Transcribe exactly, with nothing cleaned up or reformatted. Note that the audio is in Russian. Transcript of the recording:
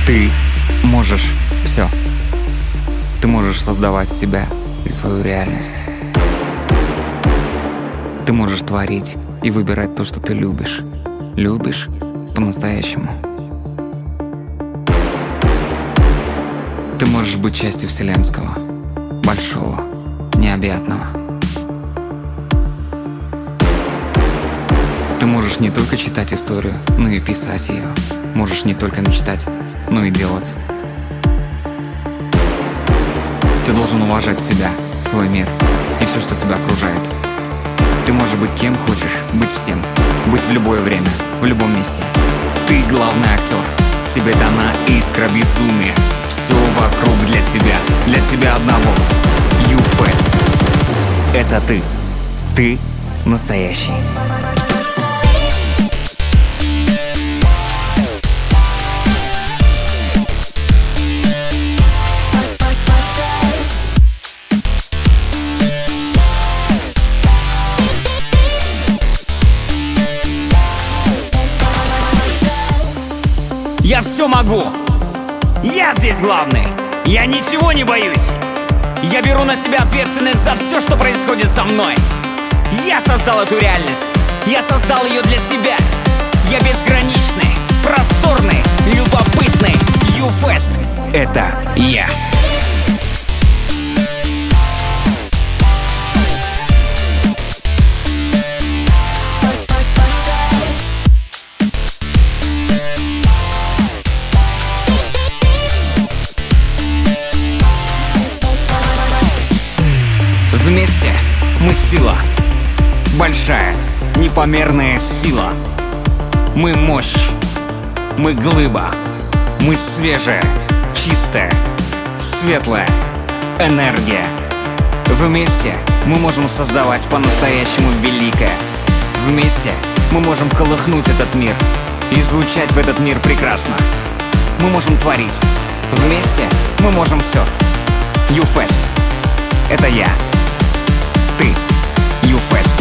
Ты можешь все. Ты можешь создавать себя и свою реальность. Ты можешь творить и выбирать то, что ты любишь. Любишь по-настоящему. Ты можешь быть частью вселенского, большого, необъятного. Ты можешь не только читать историю, но и писать ее. Можешь не только мечтать, но и делать. Ты должен уважать себя, свой мир и все, что тебя окружает. Ты можешь быть кем хочешь, быть всем, быть в любое время, в любом месте. Ты главный актер. Тебе дана искра безумия. Все вокруг для тебя, для тебя одного. YouFest. Это ты. Ты настоящий. Я все могу. Я здесь главный. Я ничего не боюсь. Я беру на себя ответственность за все, что происходит со мной. Я создал эту реальность. Я создал ее для себя. Я безграничный, просторный, любопытный. YouFest. Это я. Вместе мы сила. Большая, непомерная сила. Мы мощь. Мы глыба. Мы свежая, чистая, светлая энергия. Вместе мы можем создавать по-настоящему великое. Вместе мы можем колыхнуть этот мир, излучать в этот мир прекрасно. Мы можем творить. Вместе мы можем все. YouFest. Это я. Ты. YouFest.